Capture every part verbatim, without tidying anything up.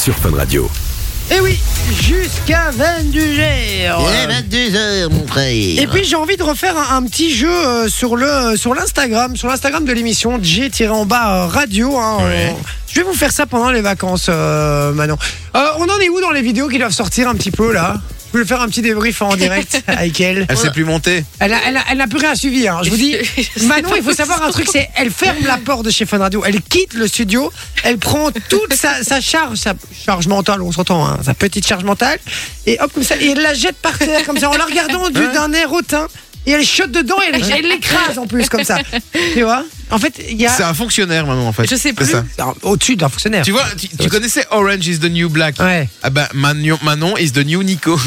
sur Fun Radio. Et oui, jusqu'à vingt-deux heures. Ouais, vingt-deux heures, mon frère. Et puis j'ai envie de refaire un, un petit jeu euh, sur le sur l'Instagram, sur l'Instagram de l'émission J-en-bas radio. Hein, Ouais. on- je vais vous faire ça pendant les vacances, euh, Manon. Euh, on en est où dans les vidéos qui doivent sortir un petit peu là? Je vais faire un petit débrief en direct avec elle. Elle s'est plus montée. Elle a- elle a- elle n'a plus rien suivi. Hein. Je vous dis, Manon, il faut savoir un truc, c'est elle ferme la porte de chez Fun Radio, elle quitte le studio, elle prend toute sa, sa charge, sa charge mentale, on s'entend, hein, sa petite charge mentale, et hop comme ça, et elle la jette par terre comme ça en la regardant du- d'un air hautain. Et elle chote dedans et elle elle l'écrase en plus comme ça. Tu vois? En fait, il y a C'est un fonctionnaire maintenant en fait. Je sais C'est plus. ça. au-dessus d'un fonctionnaire. Tu vois, tu, tu connaissais Orange is the New Black. Ouais. Ah bah Manon, Manon is the new Nico.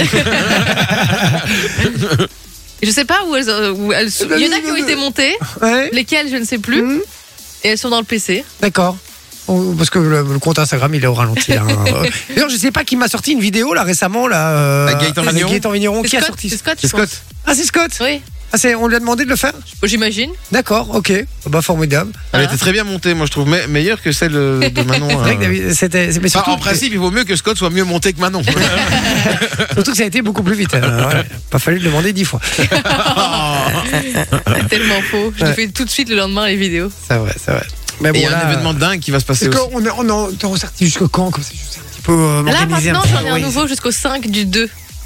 Je sais pas où elles, euh, où elles sont. Il y en a qui ont été montées, Ouais. lesquelles je ne sais plus, Mhm. et elles sont dans le P C. D'accord. Oh, parce que le, le compte Instagram il est au ralenti. Hein. Euh, D'ailleurs, je sais pas qui m'a sorti une vidéo là récemment là. euh, Avec Gaëtan avec Vigneron. Gaëtan Vigneron. C'est Qui a Scott, sorti c'est Scott, C'est je pense. Scott. Ah, c'est Scott. Oui, Ah, c'est, on lui a demandé de le faire. j'imagine. D'accord, ok. Bah formidable. Elle Voilà. était très bien montée, moi je trouve, me- meilleure que celle euh, de Manon. C'est vrai que euh. David, c'était, c'est- mais Enfin, surtout, en principe, il vaut mieux que Scott soit mieux monté que Manon. surtout que ça a été beaucoup plus vite. Euh, ouais. Pas fallu le demander dix fois. C'est tellement faux. Je Ouais. le fais tout de suite le lendemain les vidéos. C'est vrai, c'est vrai. Mais Et bon, il y a là, un événement dingue qui va se passer Est-ce aussi. qu'on est, on est, on est ressorti jusqu'au quand comme ça, je sais un petit peu euh, Là m'organiser maintenant, un petit j'en peu. ai un Oui, nouveau jusqu'au cinq du deux.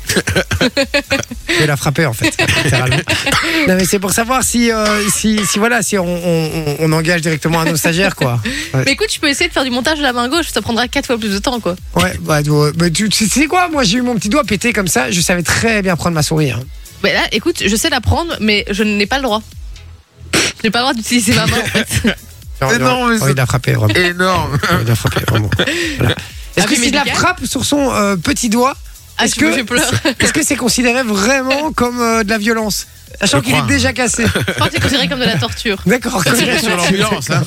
Je vais la frapper en fait, littéralement. Non mais c'est pour savoir si, euh, si, si voilà, si on, on, on engage directement un de nos stagiaires quoi. Mais écoute, je peux essayer de faire du montage de la main gauche, ça prendra quatre fois plus de temps quoi. Ouais, bah, tu, mais tu, tu sais quoi, moi j'ai eu mon petit doigt pété comme ça, je savais très bien prendre ma souris. Hein. Mais là, écoute, je sais la prendre, mais je n'ai pas le droit. Je n'ai pas le droit d'utiliser ma main en fait. J'ai Énorme, mais envie de la frapper, vraiment. Énorme. J'ai envie de la frapper, vraiment. Voilà. Est-ce que Avis si je la médical frappe sur son euh, petit doigt, Ah, est-ce tu veux que que, je pleure? est-ce que c'est considéré vraiment comme euh, de la violence? Sachant Je qu'il est crois. déjà cassé. Je pense que c'est considéré comme de la torture. D'accord. Tiré sur l'ambulance. Hein.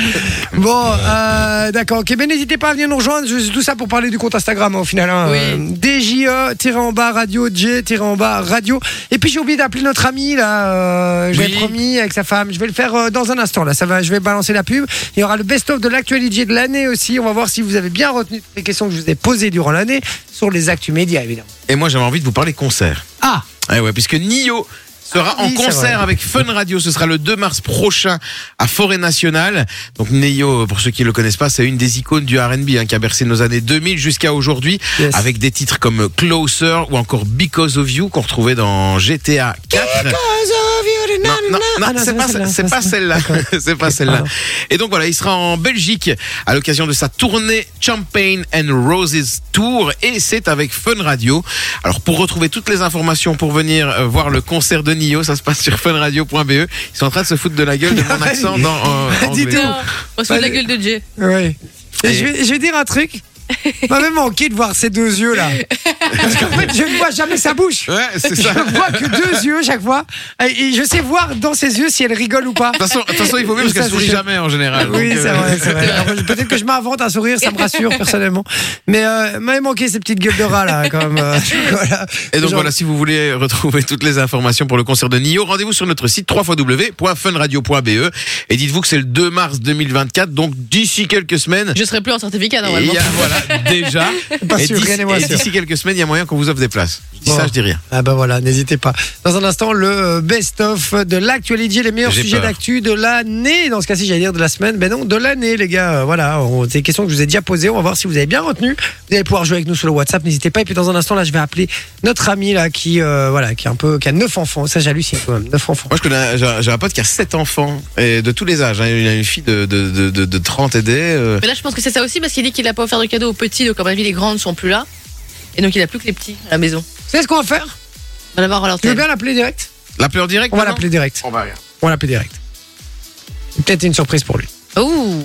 Bon, euh, d'accord. Ok, ben n'hésitez pas à venir nous rejoindre. Je- Tout ça pour parler du compte Instagram hein, au final. Hein. Oui. Euh, D J E-en-bas radio, J-en-bas radio. Et puis j'ai oublié d'appeler notre ami là. Euh, je Oui. l'ai promis avec sa femme. Je vais le faire euh, dans un instant là. Ça va. Je vais balancer la pub. Il y aura le best-of de l'actualité de l'année aussi. On va voir si vous avez bien retenu toutes les questions que je vous ai posées durant l'année sur les actus médias évidemment. Et moi, j'avais envie de vous parler concert. Ah. Eh ouais, puisque Nio sera Ah oui, en c'est vrai. concert avec Fun Radio. Ce sera le deux mars prochain à Forêt Nationale. Donc Nio, pour ceux qui ne le connaissent pas, c'est une des icônes du R and B hein, qui a bercé nos années deux mille jusqu'à aujourd'hui, Yes. avec des titres comme Closer ou encore Because of You qu'on retrouvait dans G T A quatre. Non, non, non, Ah non, c'est c'est pas, pas celle-là, c'est ça, pas c'est- celle-là. C'est pas celle-là. pardon. Et donc voilà, il sera en Belgique à l'occasion de sa tournée Champagne and Roses Tour et c'est avec Fun Radio. Alors pour retrouver toutes les informations pour venir euh, voir le concert de Nio, ça se passe sur fun radio point b e. Ils sont en train de se foutre de la gueule de mon accent dans euh, Dis anglais. tout. Non, on se fout de la gueule de Jay. Oui. Et Et- je, vais, je vais dire un truc. M'a même manqué de voir ces deux yeux là. Parce qu'en fait, je ne vois jamais sa bouche. Ouais, c'est ça. Je vois que deux yeux chaque fois. Et je sais voir dans ses yeux si elle rigole ou pas. De toute façon, de toute façon, il faut mieux parce Ça, qu'elle c'est sourit chouette. jamais en général. Oui, Donc, c'est euh, vrai, c'est vrai. Alors, peut-être que je m'invente un sourire, ça me rassure personnellement. Mais euh, m'avait manqué ces petites gueules de rat là, quand même. euh, voilà. Et donc Genre- voilà, si vous voulez retrouver toutes les informations pour le concert de Nio, rendez-vous sur notre site w w w point fun radio point b e et dites-vous que c'est le deux mars deux mille vingt-quatre, donc d'ici quelques semaines. Je serai plus en certificat Et il normalement. y a, voilà, déjà. Pas et sûr, d'ici- rien n'est moins et sûr. d'ici quelques semaines, il y a moyen qu'on vous offre des places. Je dis Bon. ça, je dis rien. Ah bah voilà, n'hésitez pas. Dans un instant, le euh, best-of de l'actualité, les meilleurs J'ai sujets peur. d'actu de l'année. Dans ce cas-ci, j'allais dire de la semaine. Ben non, de l'année, les gars. Euh, Voilà, on- c'est des questions que je vous ai déjà posées. On va voir si vous avez bien retenu. Vous allez pouvoir jouer avec nous sur le WhatsApp. N'hésitez pas. Et puis dans un instant, là, je vais appeler notre ami là qui, euh, voilà, qui est un peu, qui a neuf enfants. Ça, j'hallucine quand même. Neuf enfants. Moi, je connais, j'ai j'ai un pote qui a sept enfants, et de tous les âges. Hein. Il y a une fille de, de, de, de, de trente et des. euh, Mais là, je pense que c'est ça aussi parce qu'il dit qu'il n'a pas offert de cadeaux aux petits, donc à mon avis, les grandes sont plus là. Et donc, il a plus que les petits à la maison. Vous savez ce qu'on va faire? On va l'avoir à Tu veux l'antenne. bien l'appeler direct? L'appeler en direct On va maintenant l'appeler direct. On va rien. On va l'appeler direct. C'est peut-être une surprise pour lui. Ouh.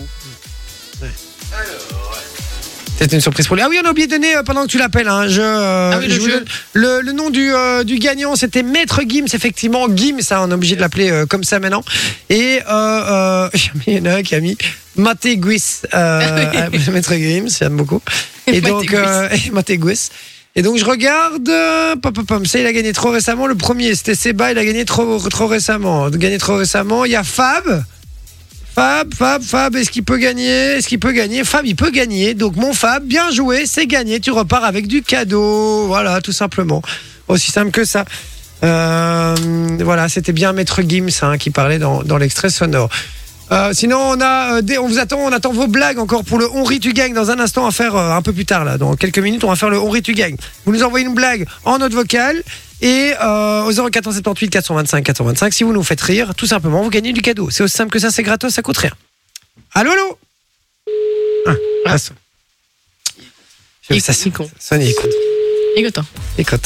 C'était une surprise pour lui. Ah oui, on a oublié de donner euh, pendant que tu l'appelles. Hein, je, euh, Ah oui, le je vous jeu. donne le, le nom du, euh, du gagnant, c'était Maître Gims, effectivement. Gims, ça, on est obligé de l'appeler euh, comme ça maintenant. Et euh, euh, il y en a un qui a mis Maté Guis. Euh, Maître Gims, j'aime beaucoup. Et Maté donc, euh, et Maté Guis. Et donc je regarde, euh, pom, pom, pom, ça il a gagné trop récemment. Le premier c'était Seba, il a gagné trop, trop récemment. Gagné trop récemment. Il y a Fab. Fab, Fab, Fab, est-ce qu'il peut gagner? Est-ce qu'il peut gagner? Fab, il peut gagner. Donc, mon Fab, bien joué, c'est gagné. Tu repars avec du cadeau. Voilà, tout simplement. Aussi simple que ça. Euh, voilà, c'était bien Maître Gims hein, qui parlait dans, dans l'extrait sonore. Euh, sinon, on a, euh, des, on vous attend, on attend vos blagues encore pour le On rit tu gagnes dans un instant à faire euh, un peu plus tard là, dans quelques minutes, on va faire le On rit tu gagnes. Vous nous envoyez une blague en note vocale et euh, au zéro quatre cent soixante-dix-huit quatre cent vingt-cinq quatre cent vingt-cinq, si vous nous faites rire, tout simplement, vous gagnez du cadeau. C'est aussi simple que ça, c'est gratos, ça coûte rien. Allô, allô. Ah, ça sonne. Il- Ça il sonne, con. ça sonne, il écoute. Écoute, hein. Écoute.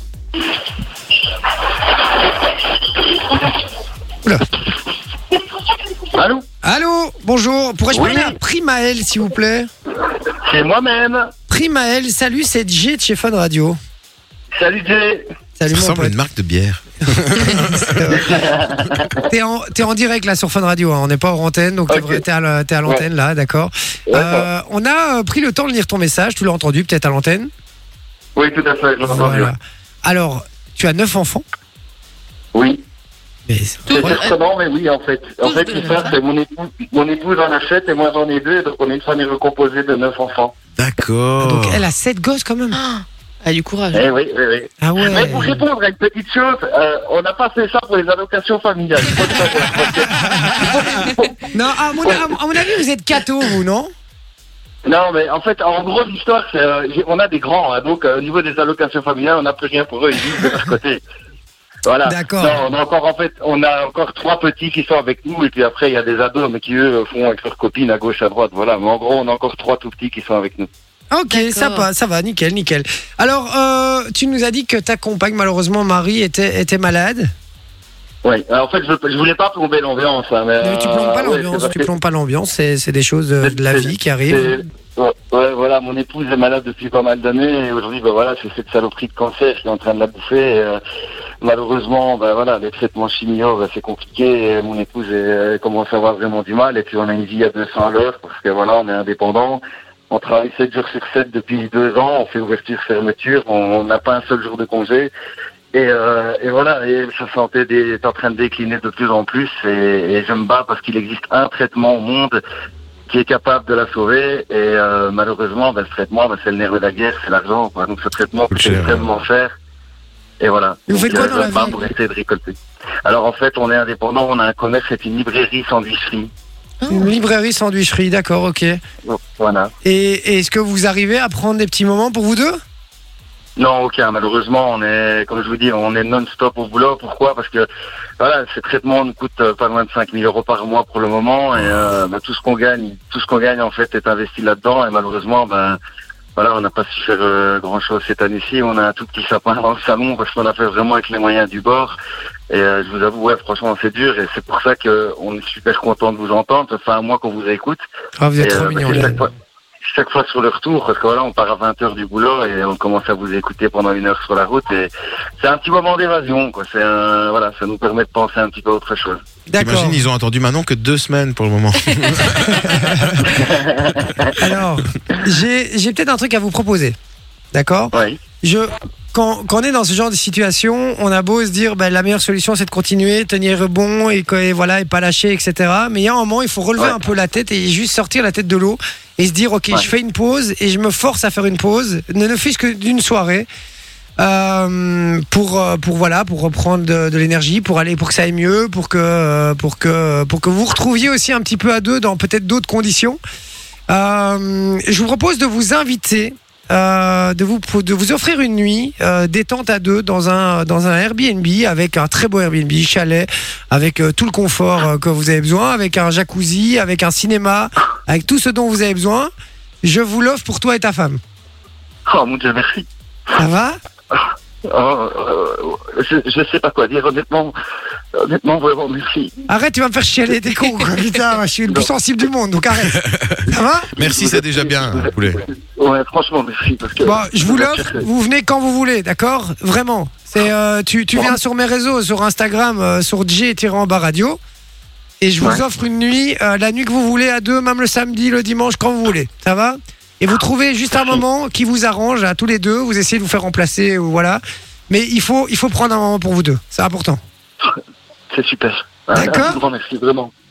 Oula. Allô, Allô, bonjour. Pourrais-je Oui. parler à Primaël, s'il vous plaît? c'est moi-même. Primaël, salut, c'est Jay de chez Fun Radio. Salut Jay. Salut Ça mon ressemble à pote. une marque de bière. T'es en, t'es en direct là sur Fun Radio, hein. On n'est pas hors antenne, donc t'es Ok. vrai- t'es à, la- t'es à l'antenne là, d'accord. Euh, on a euh, pris le temps de lire ton message, tu l'as entendu peut-être à l'antenne. Oui, tout à fait, je l'ai entendu. Voilà. Alors, tu as neuf enfants. Oui. Mais C'est Ouais. surprenant, mais oui, en fait. En Tous fait, de c'est la ça, même c'est mon épouse, mon épouse en achète et moi j'en ai deux, donc on est une famille recomposée de neuf enfants. D'accord. donc elle a sept gosses quand même. Ah, elle a du courage. Eh oui, oui, oui. Ah ouais. Mais pour répondre à une petite chose, euh, on n'a pas fait ça pour les allocations familiales. Il faut le savoir, parce que- Non, à mon, à mon avis, vous êtes catho, vous, non? Non, mais en fait, en gros, l'histoire, c'est, euh, j'ai- on a des grands, hein, donc euh, au niveau des allocations familiales, on n'a plus rien pour eux, ils vivent de leur côté. Voilà. D'accord. Non, on a encore, en fait, on a encore trois petits qui sont avec nous, et puis après, il y a des ados, mais qui eux font avec leurs copines à gauche, à droite, voilà. Mais en gros, on a encore trois tout petits qui sont avec nous. Ok, D'accord. ça va, ça va, nickel, nickel. Alors, euh, tu nous as dit que ta compagne, malheureusement, Marie, était, était malade. Oui. Alors, en fait, je, je voulais pas plomber l'ambiance, hein, mais. Mais tu plombes pas euh, ouais, l'ambiance, c'est parce tu que- plombes pas l'ambiance, c'est, c'est des choses de, de la vie qui arrivent. C'est- Ouais, ouais, voilà, mon épouse est malade depuis pas mal d'années et aujourd'hui, ben voilà, c'est cette saloperie de cancer qui est en train de la bouffer. Et, euh, malheureusement, ben voilà, les traitements chimio, ben, c'est compliqué. Et mon épouse est, elle commence à avoir vraiment du mal et puis on a une vie à deux cents à l'heure parce que voilà, on est indépendant. On travaille sept jours sur sept depuis deux ans. On fait ouverture-fermeture. On n'a pas un seul jour de congé. Et, euh, et voilà, et sa santé est en train de décliner de plus en plus. Et, et je me bats parce qu'il existe un traitement au monde qui est capable de la sauver. Et euh, malheureusement, ben, ce traitement, ben, c'est le nerf de la guerre, c'est l'argent. Quoi. Donc ce traitement Coûte coûte cher, extrêmement cher. Et voilà. Et vous Donc, faites quoi euh, dans je la me bats vie pour essayer de récolter. Alors en fait, on est indépendant, on a un commerce, c'est une librairie sandwicherie. Une librairie sandwicherie, d'accord, ok. Et, Donc, voilà. et est-ce que vous arrivez à prendre des petits moments pour vous deux? Non, aucun. Malheureusement, on est, comme je vous dis, on est non-stop au boulot. Pourquoi? Parce que voilà, ces traitements nous coûtent euh, pas loin de cinq mille euros par mois pour le moment, et euh, bah, tout ce qu'on gagne, tout ce qu'on gagne en fait est investi là-dedans. Et malheureusement, ben voilà, on n'a pas su faire euh, grand-chose cette année-ci. On a un tout petit sapin dans le salon parce qu'on a fait vraiment avec les moyens du bord. Et euh, je vous avoue, ouais, franchement, c'est dur. Et c'est pour ça que on est super content de vous entendre. Ça fait un mois qu'on vous écoute. Ah, vous êtes Et, trop euh, mignon, parce que là. chaque fois, chaque fois sur le retour, parce que voilà, on part à vingt heures du boulot et on commence à vous écouter pendant une heure sur la route. Et c'est un petit moment d'évasion, quoi. C'est un, voilà, ça nous permet de penser un petit peu à autre chose. D'accord. T'imagines, ils ont attendu Manon que deux semaines pour le moment. Alors, j'ai, j'ai peut-être un truc à vous proposer. D'accord? Oui. Je, quand, quand on est dans ce genre de situation, on a beau se dire, ben, la meilleure solution, c'est de continuer, tenir bon et, que- et voilà, et pas lâcher, et cetera. Mais il y a un moment, il faut relever Ouais. un peu la tête et juste sortir la tête de l'eau et se dire, ok, Ouais. je fais une pause et je me force à faire une pause, ne ne fût-ce que d'une soirée. euh, pour euh, pour voilà pour reprendre de, de l'énergie, pour aller pour que ça aille mieux, pour que euh, pour que pour que vous retrouviez aussi un petit peu à deux dans peut-être d'autres conditions. Euh, je vous propose de vous inviter, euh, de vous de vous offrir une nuit euh, détente à deux dans un dans un Airbnb avec un très beau Airbnb chalet avec euh, tout le confort euh, que vous avez besoin, avec un jacuzzi, avec un cinéma, avec tout ce dont vous avez besoin. Je vous l'offre pour toi et ta femme. Oh mon Dieu, merci. Ça va? Oh, euh, je, je sais pas quoi dire, honnêtement. Honnêtement, vraiment, merci. Arrête, tu vas me faire chialer, t'es con, quoi. Putain, je suis le plus sensible du monde, donc arrête. Ça va? Merci, c'est déjà bien, poulet. Ouais, franchement, merci. Parce que Bon, je vous l'offre, vous venez quand vous voulez, d'accord? Vraiment. C'est, euh, tu, tu viens sur mes réseaux, sur Instagram, euh, sur J-en-bas radio. Et je vous Ouais. offre une nuit, euh, la nuit que vous voulez, à deux, même le samedi, le dimanche, quand vous voulez. Ça va? Et vous trouvez juste un moment qui vous arrange à tous les deux. Vous essayez de vous faire remplacer, ou voilà. Mais il faut, il faut prendre un moment pour vous deux. C'est important. C'est super. D'accord. Un grand merci, vraiment.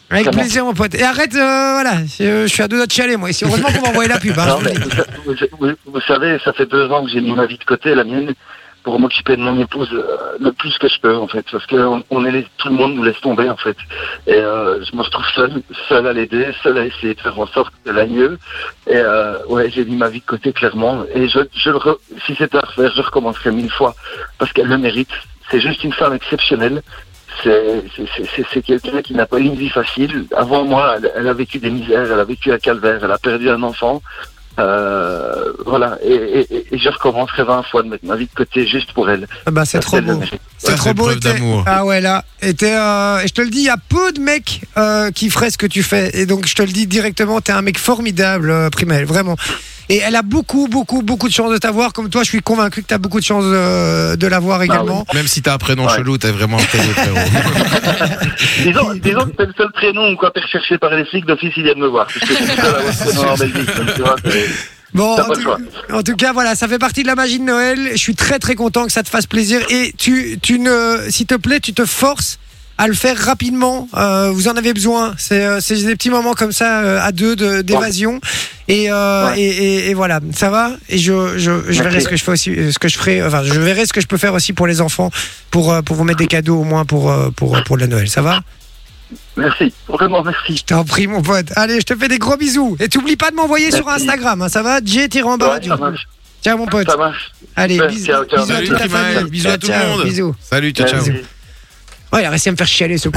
Avec Vraiment. plaisir, mon pote. Et arrête, euh, voilà, je, je suis à deux doigts de chialer, moi. Ici, heureusement qu'on m'a envoyé la pub. Hein, Non, je vous mais le dis. vous, vous- vous- vous savez, ça fait deux ans que j'ai mis ma vie de côté, la mienne, pour m'occuper de mon épouse euh, le plus que je peux, en fait. Parce que on, on est les- tout le monde nous laisse tomber, en fait. Et euh, je me retrouve seul, seul à l'aider, seul à essayer de faire en sorte qu'elle aille mieux. Et euh, ouais, j'ai mis ma vie de côté, clairement. Et je, je le re- si c'était à refaire, je recommencerais mille fois. Parce qu'elle le mérite. C'est juste une femme exceptionnelle. C'est, c'est, c'est, c'est- c'est quelqu'un qui n'a pas eu une vie facile. Avant moi, elle, elle a vécu des misères, elle a vécu un calvaire, elle a perdu un enfant. Euh, voilà, et, et, et je recommencerai vingt fois de mettre ma vie de côté juste pour elle. Ah bah, c'est Parce trop qu'elle le beau. mérite. C'est Ça, trop c'est beau. preuve et t'es- d'amour. Ah ouais, là. Et, t'es, euh, et je te le dis, il y a peu de mecs euh, qui feraient ce que tu fais. Et donc, je te le dis directement, t'es un mec formidable, euh, Primel, vraiment. Et elle a beaucoup, beaucoup, beaucoup de chance de t'avoir. Comme toi, je suis convaincu que t'as beaucoup de chance euh, de l'avoir également. Même si t'as un prénom Ouais. chelou, t'es vraiment un prénom, frérot. Disons, disons que c'est le seul prénom quoi, recherché par les flics d'office, ils viennent me voir. Parce que c'est le seul à avoir ce prénom en Belgique. Donc, tu vois, c'est- Bon, T'as en pas le tout, choix. en tout cas, voilà, ça fait partie de la magie de Noël. Je suis très, très content que ça te fasse plaisir. Et tu, tu ne, s'il te plaît, tu te forces à le faire rapidement. Euh, vous en avez besoin. C'est, euh, c'est des petits moments comme ça euh, à deux de, d'évasion. Et, euh, Ouais. et, et, et voilà, ça va. Et je, je, je verrai Merci. ce que je fais aussi, ce que je ferai. Enfin, je verrai ce que je peux faire aussi pour les enfants, pour euh, pour vous mettre des cadeaux au moins pour euh, pour pour la Noël. Ça va? Merci, vraiment merci. Je t'en prie, mon pote. Allez, je te fais des gros bisous. Et t'oublies pas de m'envoyer sur Merci. Instagram. Hein, ça va? J en bas Ouais, radio. ça marche. Ciao, mon pote. Ça marche. Allez, Super, bisous, ciao, ciao. bisous à Salut, toute ta Primal. famille. Bisous à tout le Ciao, monde. Bisous. Salut, ciao, ciao. Merci. Oh, il a réussi à me faire chialer ce coup.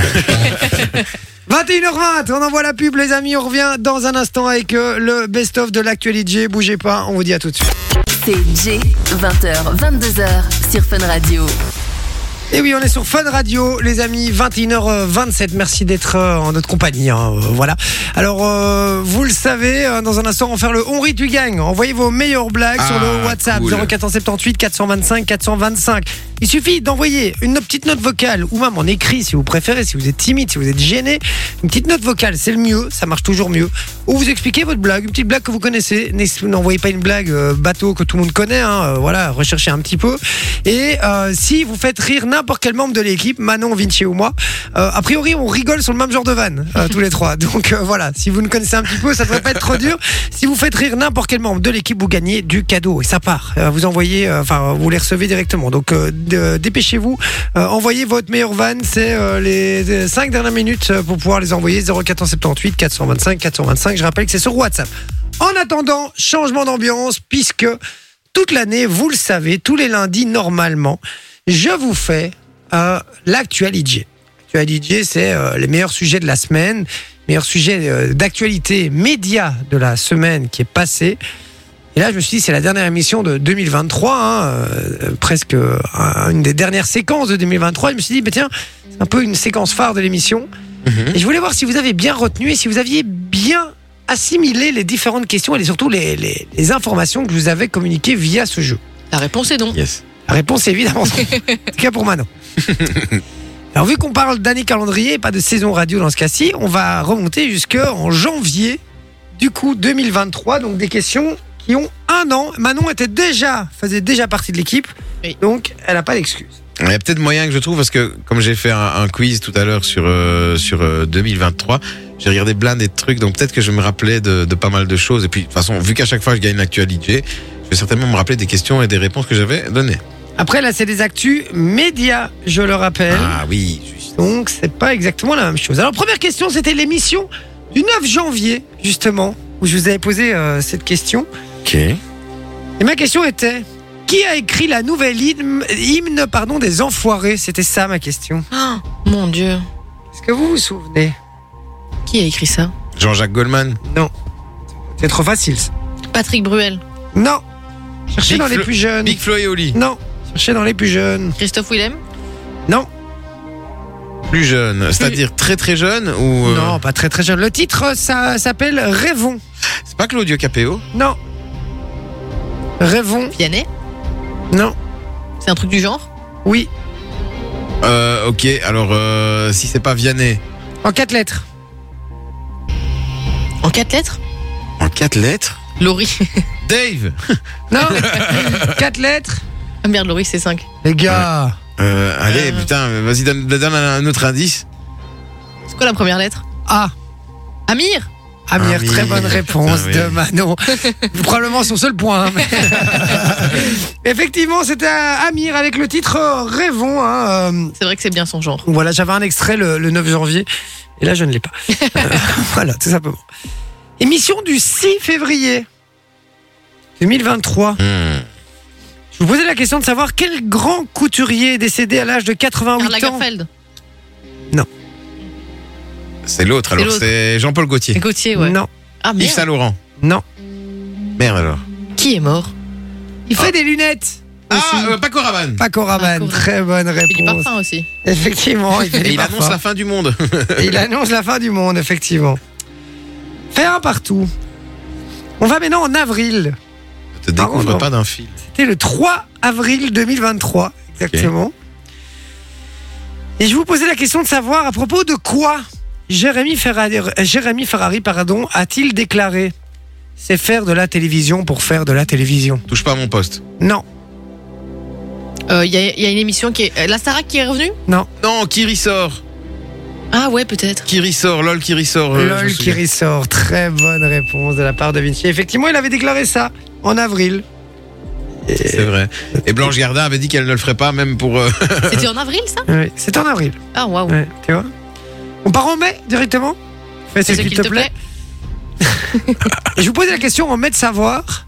vingt et une heures vingt, on envoie la pub, les amis. On revient dans un instant avec euh, le best-of de l'actualité. Bougez pas, on vous dit à tout de suite. C'est J, vingt heures, vingt-deux heures sur Fun Radio. Et oui, on est sur Fun Radio, les amis, vingt et une heures vingt-sept. Merci d'être euh, en notre compagnie. Hein, euh, voilà. Alors, euh, vous le savez, euh, dans un instant, on va faire le On rit, tu gagnes. Envoyez vos meilleures blagues Ah, sur le WhatsApp cool. zéro quatre cent soixante-dix-huit quatre cent vingt-cinq quatre cent vingt-cinq. Il suffit d'envoyer une petite note vocale ou même en écrit si vous préférez, si vous êtes timide, si vous êtes gêné. Une petite note vocale, c'est le mieux, ça marche toujours mieux. Ou vous expliquez votre blague, une petite blague que vous connaissez. N'envoyez pas une blague euh, bateau que tout le monde connaît. Hein, euh, voilà, recherchez un petit peu. Et euh, si vous faites rire n'importe quel membre de l'équipe, Manon, Vinci ou moi, euh, a priori on rigole sur le même genre de vanne, euh, tous les trois. Donc euh, voilà, si vous nous connaissez un petit peu, ça devrait pas être trop dur. Si vous faites rire n'importe quel membre de l'équipe, vous gagnez du cadeau et ça part. Euh, vous envoyez, euh, enfin vous les recevez directement. Donc euh, de- dépêchez-vous, euh, envoyez votre meilleure vanne. C'est euh, les cinq dernières minutes euh, pour pouvoir les envoyer. Zéro quatre cent soixante-dix-huit quatre cent vingt-cinq quatre cent vingt-cinq. Je rappelle que c'est sur WhatsApp. En attendant, changement d'ambiance puisque toute l'année, vous le savez, tous les lundis normalement, je vous fais euh, l'actualité. L'actualité, c'est euh, les meilleurs sujets de la semaine, meilleurs sujets euh, d'actualité média de la semaine qui est passée. Et là, je me suis dit, c'est la dernière émission de deux mille vingt-trois, hein, euh, presque euh, une des dernières séquences de deux mille vingt-trois. Je me suis dit, bah, tiens, c'est un peu une séquence phare de l'émission. Et je voulais voir si vous avez bien retenu et si vous aviez bien assimilé les différentes questions et surtout les, les, les informations que je vous avais communiquées via ce jeu. La réponse est non. Yes. La réponse est évidemment non. C'est le cas pour Manon. Alors vu qu'on parle d'année calendrier et pas de saison radio dans ce cas-ci, on va remonter jusqu'en janvier du coup deux mille vingt-trois, donc des questions qui ont un an. Manon était déjà, faisait déjà partie de l'équipe, Oui. donc elle n'a pas d'excuse. Il y a peut-être moyen que je trouve, parce que comme j'ai fait un, un quiz tout à l'heure sur, euh, sur euh, deux mille vingt-trois, j'ai regardé plein des trucs, donc peut-être que je me rappelais de, de pas mal de choses. Et puis, de toute façon, vu qu'à chaque fois je gagne l'actualité, je vais certainement me rappeler des questions et des réponses que j'avais données. Après là c'est des actus médias, je le rappelle. Ah oui, juste. Donc c'est pas exactement la même chose. Alors première question, c'était l'émission du neuf janvier justement où je vous avais posé euh, cette question. Ok. Et ma question était qui a écrit la nouvelle hymne, hymne pardon, des Enfoirés? C'était ça ma question. Oh, mon Dieu. Est-ce que vous vous souvenez? Qui a écrit ça? Jean-Jacques Goldman. Non. C'est trop facile. ça. Patrick Bruel. Non. Cherchez Big dans les Flo- plus jeunes. Big Flo et Oli. Non. Cherchez dans les plus jeunes. Christophe Willem. Non. Plus jeune, c'est-à-dire très très jeune ou euh, Non, pas très très jeune. Le titre, ça s'appelle Rêvons. c'est pas Claudio Capéo? Non. Rêvons. Vianney. Non. C'est un truc du genre. Oui. Euh, ok, alors euh, si c'est pas Vianney, En quatre lettres. En quatre lettres. en quatre lettres. Laurie. Dave. Non. Quatre lettres. Ah merde, Laurie, c'est cinq. Les gars. Euh, allez, Euh. putain, vas-y donne, donne un, un autre indice. C'est quoi la première lettre? A. Amir. Amir, Amir. très bonne réponse Ah oui. de Manon. Probablement son seul point. hein, mais- Effectivement, c'était Amir avec le titre euh, Rêvons. hein, euh, C'est vrai que c'est bien son genre. Voilà, j'avais un extrait le, le neuf janvier. Et là, je ne l'ai pas. Euh, voilà, tout simplement. Émission du six février deux mille vingt-trois. Hmm. Je vous posais la question de savoir quel grand couturier est décédé à l'âge de Karl quatre-vingt-huit ans. Lagerfeld. C'est l'autre, alors l'autre. c'est Jean-Paul Gaultier. Gauthier, ouais. Non, Ah Yves merde. Saint Laurent. non. Merde alors. Qui est mort? Il fait des lunettes. Ah, aussi. euh, Paco Rabanne. Paco Rabanne, Paco très bonne Il fait du réponse. parfum aussi. Effectivement, il fait Et des il annonce parfums. la fin du monde. Et il annonce la fin du monde, effectivement. Fait un partout. On va maintenant en avril. Ne te découvre Ah, non. pas d'un fil. C'était le trois avril deux mille vingt-trois, exactement. Et je vous posais la question de savoir à propos de quoi Jérémy Ferrari, Jérémy Ferrari pardon, a-t-il déclaré c'est faire de la télévision pour faire de la télévision? Touche pas à mon poste. Non, Il euh, y, a, y a une émission qui est. euh, La Starac qui est revenue? non. Non, qui ressort Ah ouais, peut-être. Qui ressort Lol qui ressort. euh, je me LOL qui souviens. ressort. Très bonne réponse de la part de Vinci. Effectivement, il avait déclaré ça en avril. Et- C'est vrai. Et Blanche Gardin avait dit qu'elle ne le ferait pas, même pour. euh, C'était en avril, ça? Oui, c'est en avril. Ah waouh. Ouais, tu vois. On part en mai directement. Fais ce C'est ce qu'il te plaît. Et je vous posais la question en mai de savoir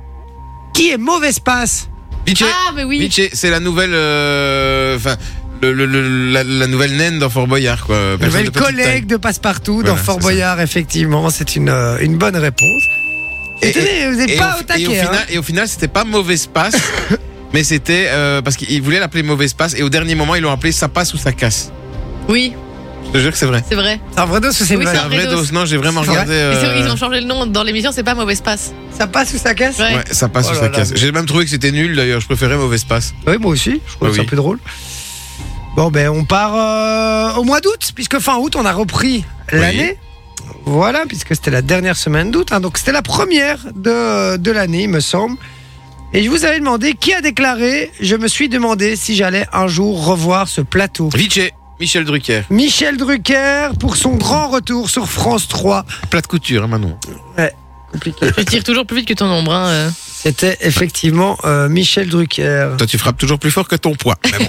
qui est mauvaise passe. Vinci, Ah, mais oui. Vinci, c'est la nouvelle. euh, Enfin. le- le- le- la, la nouvelle naine dans Fort Boyard, quoi. Personne Nouvelle de petite collègue taille. de Passepartout Voilà, dans Fort c'est ça. Boyard, effectivement. C'est une, euh, une bonne réponse. Et- Étonnez, vous n'êtes et pas au, au taquet. et au hein. final, et au final, c'était pas mauvaise passe, mais c'était euh, parce qu'ils voulaient l'appeler mauvaise passe, et au dernier moment, ils l'ont appelé ça passe ou ça casse. Oui, Je te jure que c'est vrai. c'est vrai. C'est un vrai dos ou c'est une Oui, vanne C'est un vrai dos. dos. Non, j'ai vraiment C'est vrai regardé. Mais c'est vrai, euh, ils ont changé le nom dans l'émission, c'est pas mauvaise passe. Ça passe ou ça casse? Ouais. Ouais, ça passe Oh ou là ça là, casse. mais- J'ai même trouvé que c'était nul d'ailleurs. Je préférais mauvaise passe. Oui, moi aussi. Je trouve Ah ça oui. plus drôle. Bon, ben, on part euh, au mois d'août, puisque fin août, on a repris l'année. Voilà, puisque c'était la dernière semaine d'août. hein. donc, c'était la première de, de l'année, il me semble. Et je vous avais demandé qui a déclaré. Je me suis demandé si j'allais un jour revoir ce plateau. Vinci, Michel Drucker. Michel Drucker pour son grand retour sur France trois. Plat de couture, hein, Manon. Compliqué. Tu tires toujours plus vite que ton ombre. Hein. euh. C'était effectivement euh, Michel Drucker. Toi, tu frappes toujours plus fort que ton poids. Mais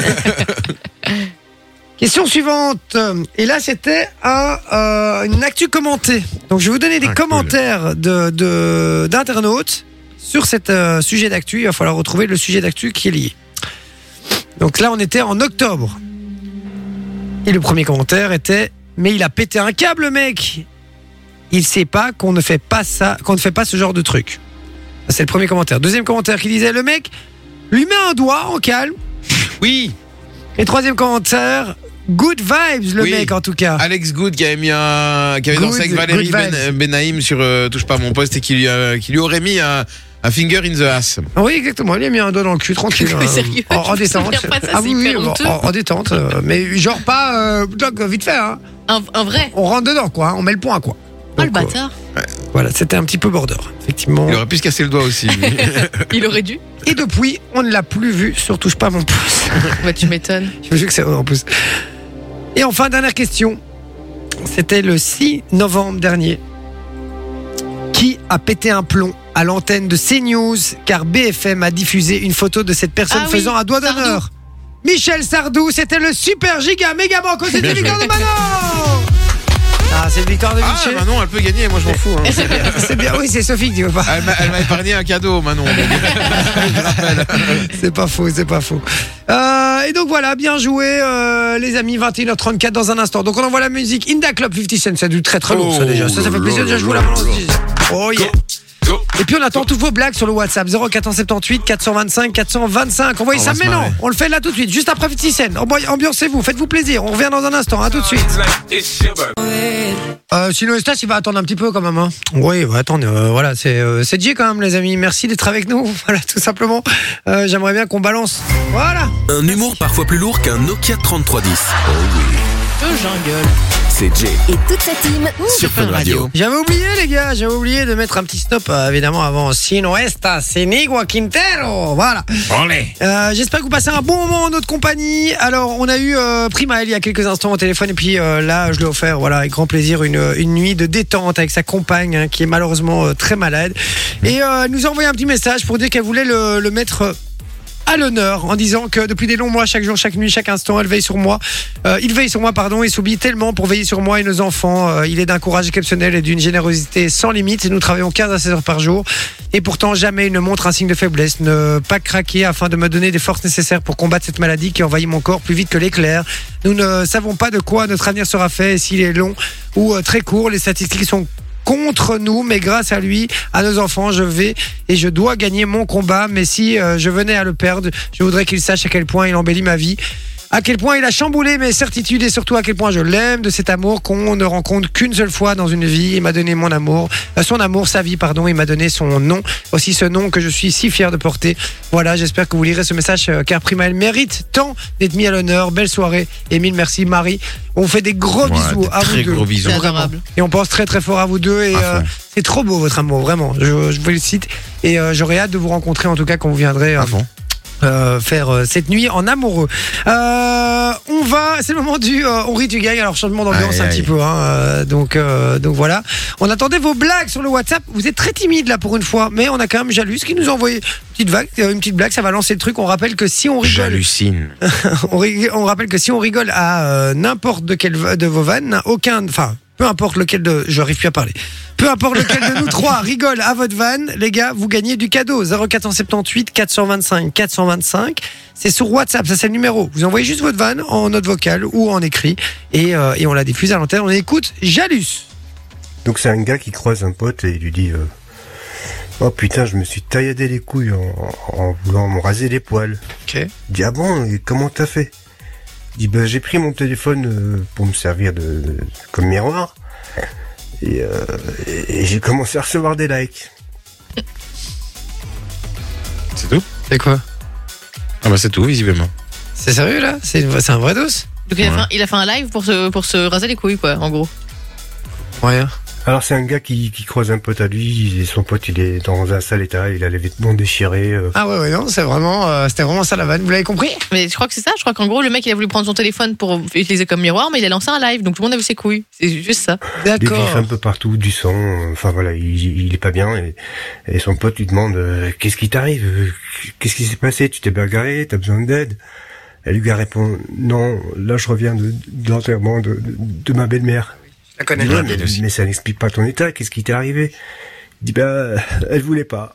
bon. Question suivante. Et là, c'était un, euh, une actu commentée. Donc, je vais vous donner des Ah, cool. commentaires de, de, d'internautes sur cet euh, sujet d'actu. Il va falloir retrouver le sujet d'actu qui est lié. Donc là, on était en octobre. Et le premier commentaire était « Mais il a pété un câble, mec !» Il sait pas qu'on ne fait pas ça, qu'on ne fait pas ce genre de truc. Ça, c'est le premier commentaire. Deuxième commentaire qui disait « Le mec lui met un doigt en calme. » Oui, Et troisième commentaire, good vibes le Oui. mec en tout cas. Alex Good qui avait mis un, qui avait Good, dansé avec Valérie good vibes. ben, Benaïm sur euh, Touche pas à mon poste et qui lui, a- qui lui aurait mis un, un finger in the ass. Oui exactement, il a mis un doigt dans le cul tranquille. Mais hein. sérieux, en, en je me détente. souviens pas de ça, ah c'est oui, oui, hyper en, honteux. en- en détente, euh, mais genre pas euh, donc, vite fait. Hein. Un, un vrai. On rentre dedans quoi, hein, on met le point quoi. Oh le Donc, euh, bâtard. voilà, c'était un petit peu border, effectivement. Il aurait pu se casser le doigt aussi. lui. Il aurait dû. Et depuis, on ne l'a plus vu sur Touche pas à mon pouce. Bah tu m'étonnes. Je vous jure que c'est vrai en plus. Et enfin, dernière question. C'était le six novembre dernier. Qui a pété un plomb à l'antenne de CNews car B F M a diffusé une photo de cette personne Ah oui, faisant un doigt Sardou. d'honneur? Michel Sardou, c'était le super giga méga banco. C'était Bien une victoire joué. de Manon. Ah, c'est une victoire de Ah, Michel. Manon, elle peut gagner, moi je m'en fous. hein. c'est bien, c'est bien. Oui, c'est Sophie qui dit pas. Elle m'a elle m'a épargné un cadeau, Manon. Je rappelle. C'est pas faux, c'est pas faux. Euh, et donc voilà, bien joué, euh, les amis. vingt et une heures trente-quatre dans un instant. Donc on envoie la musique Inda Club cinquante Cent. C'est du très très lourd, ça Oh déjà. Ça, ça fait plaisir. Déjà, je vous la balance. Oh yeah. Go. Et puis on attend toutes vos blagues sur le WhatsApp zéro quatre cent soixante-dix-huit quatre cent vingt-cinq quatre cent vingt-cinq. Envoyez On ça va se maintenant. marrer. On le fait là tout de suite, juste après cinquante Cent. Ambi- Ambiancez-vous, faites-vous plaisir. On revient dans un instant. À tout de suite. Euh, sinon, Eustace, il va attendre un petit peu quand même. Hein. Oui, bah, attendez, euh, voilà, c'est euh, c'est J quand même, les amis. Merci d'être avec nous. Voilà, tout simplement. Euh, J'aimerais bien qu'on balance. Voilà. Un humour parfois plus lourd qu'un Nokia trente-trois dix. Le jungle. c'est Jay Et toute sa team. sur Fun Radio. J'avais oublié les gars, j'avais oublié de mettre un petit stop euh, évidemment avant Sino Esta, Senigua Quintero. Voilà. Allez. Euh, J'espère que vous passez un bon moment en notre compagnie. Alors on a eu euh, Primaël il y a quelques instants au téléphone et puis euh, là je lui ai offert voilà avec grand plaisir une, une nuit de détente avec sa compagne hein, qui est malheureusement euh, très malade et euh, elle nous a envoyé un petit message pour dire qu'elle voulait le, le mettre euh, à l'honneur en disant que depuis des longs mois, chaque jour, chaque nuit, chaque instant, elle veille sur moi. Euh, il veille sur moi, pardon, et s'oublie tellement pour veiller sur moi et nos enfants. Euh, il est d'un courage exceptionnel et d'une générosité sans limite. Nous travaillons quinze à seize heures par jour et pourtant jamais il ne montre un signe de faiblesse. Ne pas craquer afin de me donner des forces nécessaires pour combattre cette maladie qui envahit mon corps plus vite que l'éclair. Nous ne savons pas de quoi notre avenir sera fait, s'il est long ou euh, très court. Les statistiques sont contre nous, mais grâce à lui, à nos enfants, je vais et je dois gagner mon combat. Mais si euh, je venais à le perdre, je voudrais qu'il sache à quel point il embellit ma vie, à quel point il a chamboulé mes certitudes et surtout à quel point je l'aime, de cet amour qu'on ne rencontre qu'une seule fois dans une vie. Il m'a donné mon amour, euh, son amour, sa vie, pardon. Il m'a donné son nom, aussi ce nom que je suis si fier de porter. Voilà, j'espère que vous lirez ce message euh, car Primaël mérite tant d'être mis à l'honneur. Belle soirée et mille merci Marie. On fait des gros Ouais, bisous des à très vous deux. gros bisous. C'est Vraiment. adorable. Et on pense très très fort à vous deux et À euh, fond. c'est trop beau votre amour, vraiment. Je, je vous le cite et euh, j'aurais hâte de vous rencontrer en tout cas quand vous viendrez. euh, À fond. euh, faire euh, cette nuit en amoureux. Euh, on va, c'est le moment du euh, on rit tu gagnes. Alors changement d'ambiance Aïe, un aïe. petit peu. Hein, euh, donc euh, donc voilà. On attendait vos blagues sur le WhatsApp. Vous êtes très timide là pour une fois, mais on a quand même Jalus qui nous a envoyé une petite vague, euh, une petite blague. Ça va lancer le truc. On rappelle que si on rigole, J'hallucine. on, rig- on rappelle que si on rigole à euh, n'importe de quel de vos vannes, aucun, enfin peu importe lequel de, je n'arrive plus à parler. Peu importe lequel de nous trois rigole à votre vanne, les gars, vous gagnez du cadeau. zéro quatre sept huit quatre deux cinq quatre deux cinq. C'est sur WhatsApp, ça c'est le numéro. Vous envoyez juste votre vanne en note vocale ou en écrit et, euh, et on la diffuse à l'antenne. On écoute Jalus. Donc c'est un gars qui croise un pote et il lui dit euh, oh putain, je me suis tailladé les couilles en, en voulant me raser les poils. Ok. Il dit ah bon, et comment t'as fait? Il dit bah j'ai pris mon téléphone euh, pour me servir de, de- comme miroir et, euh, et, et j'ai commencé à recevoir des likes. C'est tout? C'est quoi? Ah bah c'est tout, visiblement. C'est sérieux là? C'est une- c'est un vrai dos? Donc il a, Ouais. fait un, il a fait un live pour se, pour se raser les couilles, quoi, en gros. Rien. Alors c'est un gars qui, qui croise un pote à lui et son pote il est dans un sale état, il a les vêtements déchirés. euh. Ah ouais ouais non, c'est vraiment, euh, c'était vraiment ça la vanne. Vous l'avez compris? Mais je crois que c'est ça. Je crois qu'en gros, le mec, il a voulu prendre son téléphone pour utiliser comme miroir, mais il a lancé un live. Donc tout le monde a vu ses couilles. C'est juste ça. Des griffes D'accord. un peu partout, du sang, euh, enfin voilà, il, il est pas bien et, et son pote lui demande euh, qu'est-ce qui t'arrive, euh, qu'est-ce qui s'est passé, tu t'es bagarré, t'as besoin d'aide. Elle lui répond non, là je reviens de, de l'enterrement de, de, de ma belle-mère. Je la connais. Il dit, ouais, bien mais, aussi. mais ça n'explique pas ton état, qu'est-ce qui t'est arrivé? Il dit bah elle voulait pas.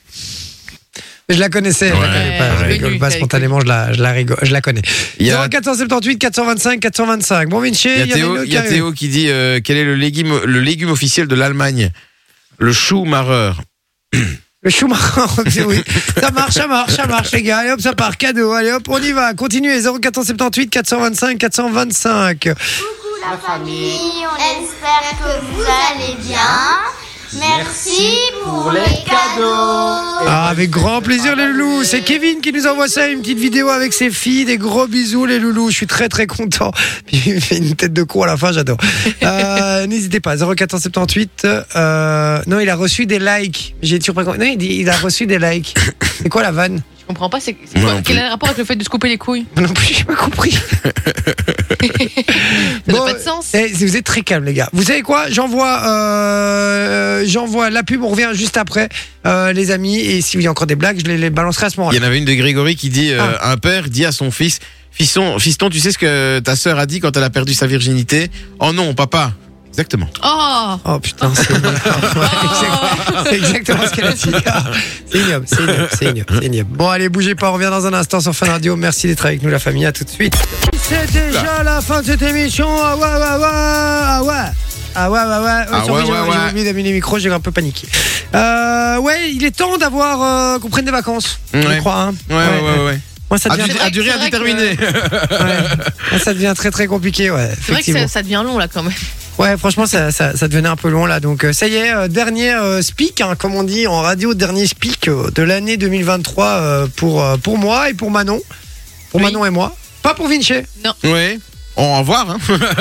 Je la connaissais, je la Ouais, connais pas, je ouais. rigole Connue, pas elle est spontanément, je la, je la rigole, je la connais. Il y a, zéro quatre sept huit quatre deux cinq quatre deux cinq. Bon Vinci, il y a il y en a une Théo, autre il qui y a arrive. Théo qui dit euh, quel est le légume, le légume officiel de l'Allemagne? Le chou marreur. Le Schumacher, oui. Ça marche, ça marche, ça marche, les gars. Allez hop, ça part, cadeau. Allez hop, on y va. Continuez, zéro quatre sept huit quatre deux cinq quatre deux cinq. La famille, on espère que vous allez bien. Merci pour les cadeaux. Ah, avec grand plaisir, les loulous. C'est Kevin qui nous envoie ça, une petite vidéo avec ses filles. Des gros bisous, les loulous. Je suis très, très content. Puis il fait une tête de con à la fin, j'adore. Euh, n'hésitez pas, zéro quatre sept huit. Euh, non, il a reçu des likes. J'ai toujours pas compris. Non, il dit il a reçu des likes. C'est quoi la vanne? Je comprends pas. C'est, c'est Moi quoi- non quel plus. est le rapport avec le fait de se couper les couilles? Moi non plus, j'ai pas compris. Ça n'a Bon, pas de sens. eh, vous êtes très calme, les gars. Vous savez quoi? J'envoie, euh, j'envoie la pub. On revient juste après, euh, les amis. Et s'il y a encore des blagues, je les, les balancerai à ce Il moment-là. y en avait une de Grégory qui dit euh, un père dit à son fils fiston, fiston, tu sais ce que ta sœur a dit quand elle a perdu sa virginité? Oh non, papa. Exactement. Oh! Oh putain, c'est ignoble. Ouais, c'est exactement ce qu'elle a dit. C'est ignoble, c'est ignoble, c'est ignoble, c'est ignoble. Bon, allez, bougez pas. On revient dans un instant sur Fun Radio. Merci d'être avec nous, la famille. À tout de suite. C'est déjà la fin de cette émission. Ah ouais, ouais, ouais. Ah ouais. Ah ouais, ouais, ouais. Euh, Ah sorry, ouais, j'ai- ouais, j'ai ouais. oublié d'amener les micros, j'ai un peu paniqué. Euh, ouais, il est temps d'avoir euh, qu'on prenne des vacances. Je Ouais. crois. Hein. Ouais, ouais, ouais, ouais. Moi, ça À, devient, du- vrai à que- durée c'est vrai indéterminée. ouais. Moi, ça devient très très compliqué. Ouais, C'est vrai que effectivement. ça, ça devient long, là, quand même. Ouais, franchement, ça, ça, ça devenait un peu long là. Donc, euh, ça y est, euh, dernier euh, speak, hein, comme on dit en radio, dernier speak euh, de l'année deux mille vingt-trois euh, pour, euh, pour moi et pour Manon. Pour Oui. Manon et moi. Pas pour Vinci. Ouais. On va voir, hein.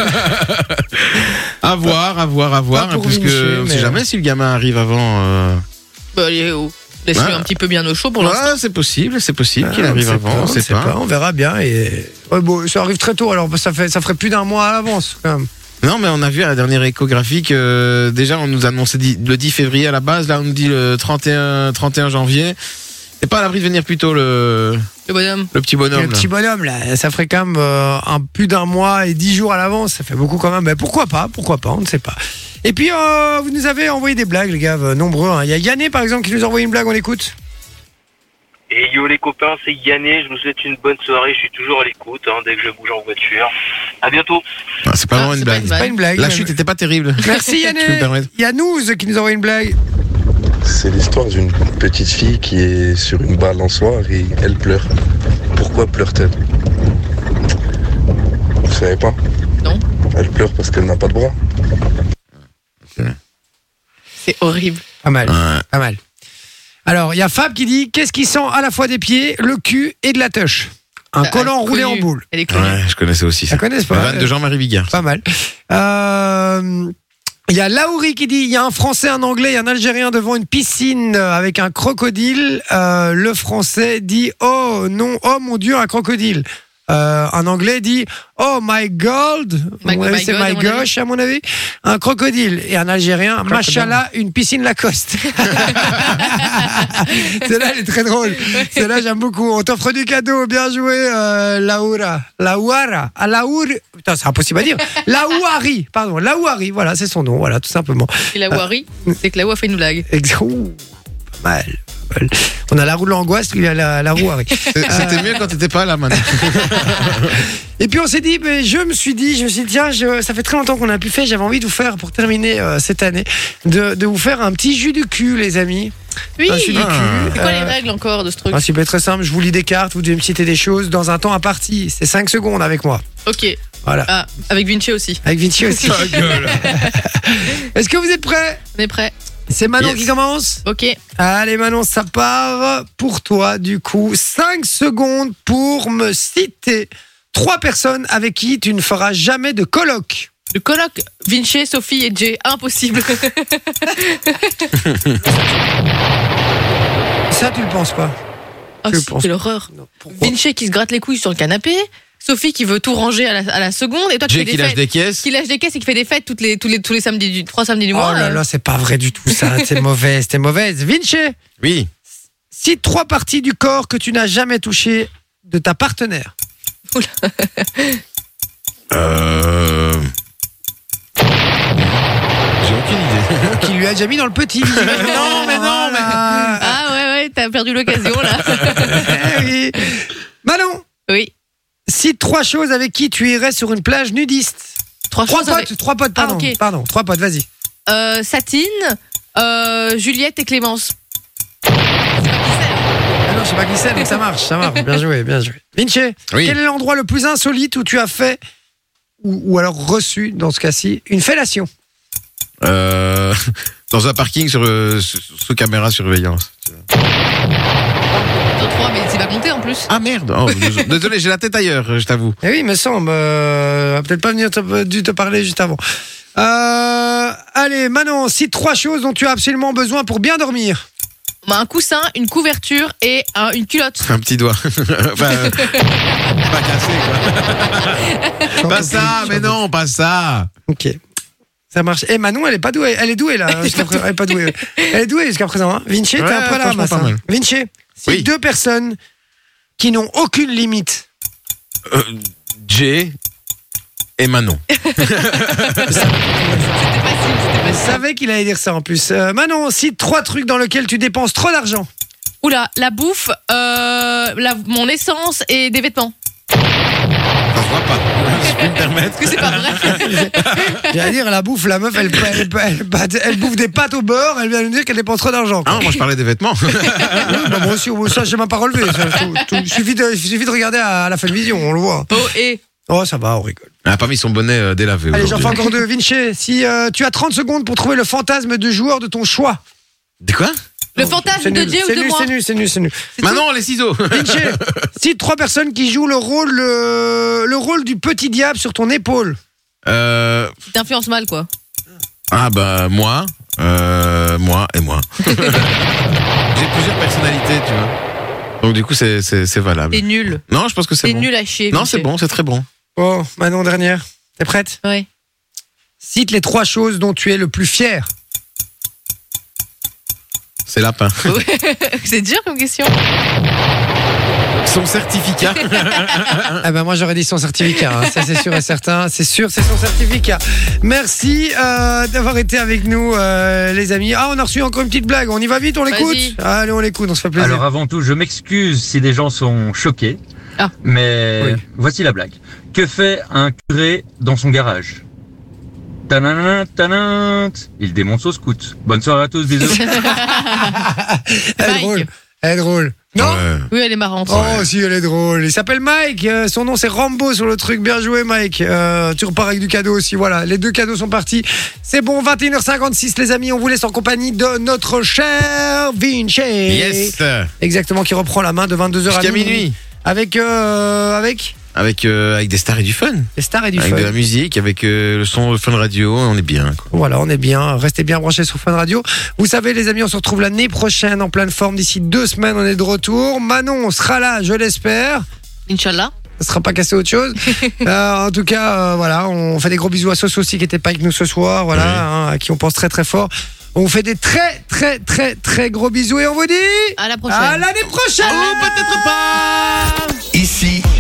à voir, à voir, à voir, Pas pour hein, puisque Vinci, on mais- sait jamais si le gamin arrive avant. Euh... Bah, allez, oh. Laisse-le Ouais. un petit peu bien au chaud pour l'instant. Ouais, c'est possible, c'est possible qu'il Ah, on arrive sait avant, pas, on sait sait pas. On verra bien. Et... Ouais, bon, ça arrive très tôt, alors ça, fait, ça ferait plus d'un mois à l'avance. Quand même. Non, mais on a vu à la dernière échographie que déjà on nous annonçait di- le dix février à la base, là on nous dit le trente et un, trente et un janvier. C'est pas à l'abri de venir plus tôt le, Le bonhomme. le petit Et bonhomme. le là. petit bonhomme, là, ça ferait quand même euh, un, plus d'un mois et dix jours à l'avance. Ça fait beaucoup quand même. Mais pourquoi pas Pourquoi pas On ne sait pas. Et puis, euh, vous nous avez envoyé des blagues, les gars, euh, nombreux. hein. Il y a Yanné, par exemple, qui nous a envoyé une blague. On l'écoute. Et yo les copains, c'est Yanné, je vous souhaite une bonne soirée, je suis toujours à l'écoute, hein, dès que je bouge en voiture. À bientôt. Ah, c'est pas Ah, vraiment une c'est pas blague. une C'est pas une blague. La mais- chute était pas terrible. Merci Je peux me Yanné. permettre. Il y a Nouz qui nous a envoyé une blague. C'est l'histoire d'une petite fille qui est sur une balançoire et elle pleure. Pourquoi pleure-t-elle? Vous savez pas? Non. Elle pleure parce qu'elle n'a pas de bras. C'est horrible. Pas mal. Ouais. Pas mal. Alors, il y a Fab qui dit qu'est-ce qui sent à la fois des pieds, le cul et de la touche Un Ah, collant roulé en connu. boule. Elle est connue. Ouais, je connaissais aussi ça. Ça connaissent Le pas van de Jean-Marie Bigard. Pas mal. Euh, Il y a Laouri qui dit il y a un Français, un Anglais et un Algérien devant une piscine avec un crocodile. Euh, le Français dit oh non, oh mon Dieu, un crocodile. Euh, un Anglais dit oh my God, My- Ouais, my c'est God, à my mon gosh à mon avis. Un crocodile et un Algérien, machallah, une piscine Lacoste. Celle-là, elle est très drôle. Celle-là, j'aime beaucoup. On t'offre du cadeau, bien joué, euh, Laura. Laouara. Ah, Laour. Putain, c'est impossible à dire. Laouari, pardon. Laouari, voilà, c'est son nom, voilà, tout simplement. Et la Wari, c'est que la Wa fait une blague. Ex- Ouh, pas mal. pas mal. On a la roue de l'angoisse, lui, il a la, la Rouari. C'était mieux quand t'étais pas là, man. Et puis on s'est dit, mais je me suis dit, je me suis dit, tiens, je- ça fait très longtemps qu'on a pu faire, j'avais envie de vous faire, pour terminer euh, cette année, de, de vous faire un petit jus du cul, les amis. Oui. Un jus du cul. C'est quoi les Euh, règles encore de ce truc? Principe est très simple, je vous lis des cartes, vous devez me citer des choses dans un temps imparti. C'est cinq secondes avec moi. Ok. Voilà. Ah, avec Vinci aussi. Avec Vinci aussi. Ta gueule. Est-ce que vous êtes prêts? On est prêt. C'est Manon Yes. qui commence. Ok. Allez Manon, ça part pour toi du coup. cinq secondes pour me citer trois personnes avec qui tu ne feras jamais de colloque. Le colloque, Vinci, Sophie et Jay. Impossible. Ça, tu le penses pas? Oh, Je c'est pense- l'horreur. Non, pourquoi? Vinci qui se gratte les couilles sur le canapé. Sophie qui veut tout ranger à la, à la seconde. Et toi qui Jay fais des qui lâche fêtes. des caisses. Qui lâche des caisses et qui fait des fêtes toutes les, tous, les, tous les samedis du, trois samedis du mois. Oh là euh. là, c'est pas vrai du tout ça. C'est mauvais, c'était mauvaise. Vinci, Oui. cite trois parties du corps que tu n'as jamais touché de ta partenaire. Euh... J'ai aucune idée. Qui lui a déjà mis dans le petit. non, mais non, mais. Ah ouais, ouais, t'as perdu l'occasion là. Eh oui. Manon, Oui. cite trois choses avec qui tu irais sur une plage nudiste. Trois, Trois choses potes, avec- trois potes, pardon. Ah, ok. Pardon, trois potes, vas-y. Euh, Satine, euh, Juliette et Clémence. C'est pas qui c'est, hein. Ah non, je sais pas qui c'est, donc ça marche, ça marche. Bien joué, bien joué. Vinci, Oui. quel est l'endroit le plus insolite où tu as fait, ou, ou alors reçu, dans ce cas-ci, une fellation? Euh... Dans un parking sur, euh, sous, sous caméra surveillance. Dans trois, mais c'est pas compté en plus. Ah merde. Oh, désolé, désolé, j'ai la tête ailleurs, je t'avoue. Eh oui, il me semble. Euh, on va peut-être pas venir te, dû te parler juste avant. Euh, allez, Manon, cite trois choses dont tu as absolument besoin pour bien dormir. Bah, un coussin, une couverture et un- une culotte. Un petit doigt. Enfin, euh, pas cassé, quoi. Pas ça, mais non, pas ça. Ok. Ça marche. Eh Manon, elle est pas douée. Elle est douée là. jusqu'à présent. Elle est pas douée. Elle est douée jusqu'à présent. Hein. Vinci, t'es Ouais, un peu à la franchement, ramasse. pas hein. mal. Vinci, c'est Oui. deux personnes qui n'ont aucune limite. Euh, Jay et Manon. C'était facile, c'était Je facile. savais qu'il allait dire ça en plus. Euh, Manon, cite trois trucs dans lesquels tu dépenses trop d'argent. Oula, la bouffe, euh, la- mon essence et des vêtements. Ça se voit pas. Je peux me permettre. Est-ce que c'est pas vrai? J'allais dire, la bouffe, la meuf, elle, elle, elle- elle- elle bouffe des pâtes au beurre, elle vient nous dire qu'elle dépense trop d'argent. Ah quoi. non, moi je parlais des vêtements. Oui, bah, moi aussi, moi, ça, j'ai même pas relevé. Ça, tout- tout- Il suffit, de, il suffit de regarder à la Funvision, on le voit. Oh, et Oh, ça va, on rigole. Elle a pas mis son bonnet euh, délavé. Allez, j'en aujourd'hui. fais encore deux. Vinci, si euh, tu as trente secondes pour trouver le fantasme de joueur de ton choix. De quoi? Le fantasme C'est de nul, Dieu ou c'est de nul, moi. C'est nul, c'est nul, c'est nul. Manon, les ciseaux. Vinci, cite trois personnes qui jouent le rôle, le, le rôle du petit diable sur ton épaule. Euh, T'influences mal, quoi. ah bah moi, euh, moi et moi. J'ai plusieurs personnalités, tu vois. Donc du coup, c'est c'est c'est valable. T'es nul. Non, je pense que c'est T'es bon. nul à chier. Non, Vinci. c'est bon, c'est très bon. Oh, Manon, dernière. T'es prête? Ouais. Cite les trois choses dont tu es le plus fier. C'est lapin. C'est dur comme question. Son certificat. Ah ben moi j'aurais dit son certificat, hein. Ça c'est sûr et certain, c'est sûr c'est son certificat. Merci euh, d'avoir été avec nous euh, les amis. Ah on a reçu encore une petite blague, on y va vite, on l'écoute. Vas-y. Allez on l'écoute, on se fait plaisir. Alors avant tout, je m'excuse si des gens sont choqués, Ah. mais Oui. voici la blague. Que fait un curé dans son garage? Tananan, tanan. Il démonte son scout. Bonne soirée à tous, bisous. Elle est Mike. drôle, elle est drôle. Non Ouais. Oui, elle est marrante. Oh si elle est drôle. Il s'appelle Mike, euh, son nom c'est Rambo sur le truc. Bien joué Mike. Euh, tu repars avec du cadeau aussi. Voilà, les deux cadeaux sont partis. C'est bon, vingt et une heures cinquante-six les amis. On vous laisse en compagnie de notre cher Vinci. Yes. Exactement, qui reprend la main de vingt-deux heures à Jusqu'à minuit. minuit. Avec euh, avec Avec euh, avec des stars et du fun. les stars et du Avec fun. de la musique, avec euh, le son de Fun Radio, on est bien. Quoi. Voilà, on est bien. Restez bien branchés sur Fun Radio. Vous savez, les amis, on se retrouve l'année prochaine en pleine forme. D'ici deux semaines, on est de retour. Manon sera là, je l'espère. Inch'Allah. Ça sera pas cassé autre chose. Euh, en tout cas, euh, voilà, on fait des gros bisous à Soso aussi qui était pas avec nous ce soir. Voilà, Oui. hein, à qui on pense très très fort. On vous fait des très très très très gros bisous et on vous dit À la prochaine. à l'année prochaine. Oh, peut-être pas. Ici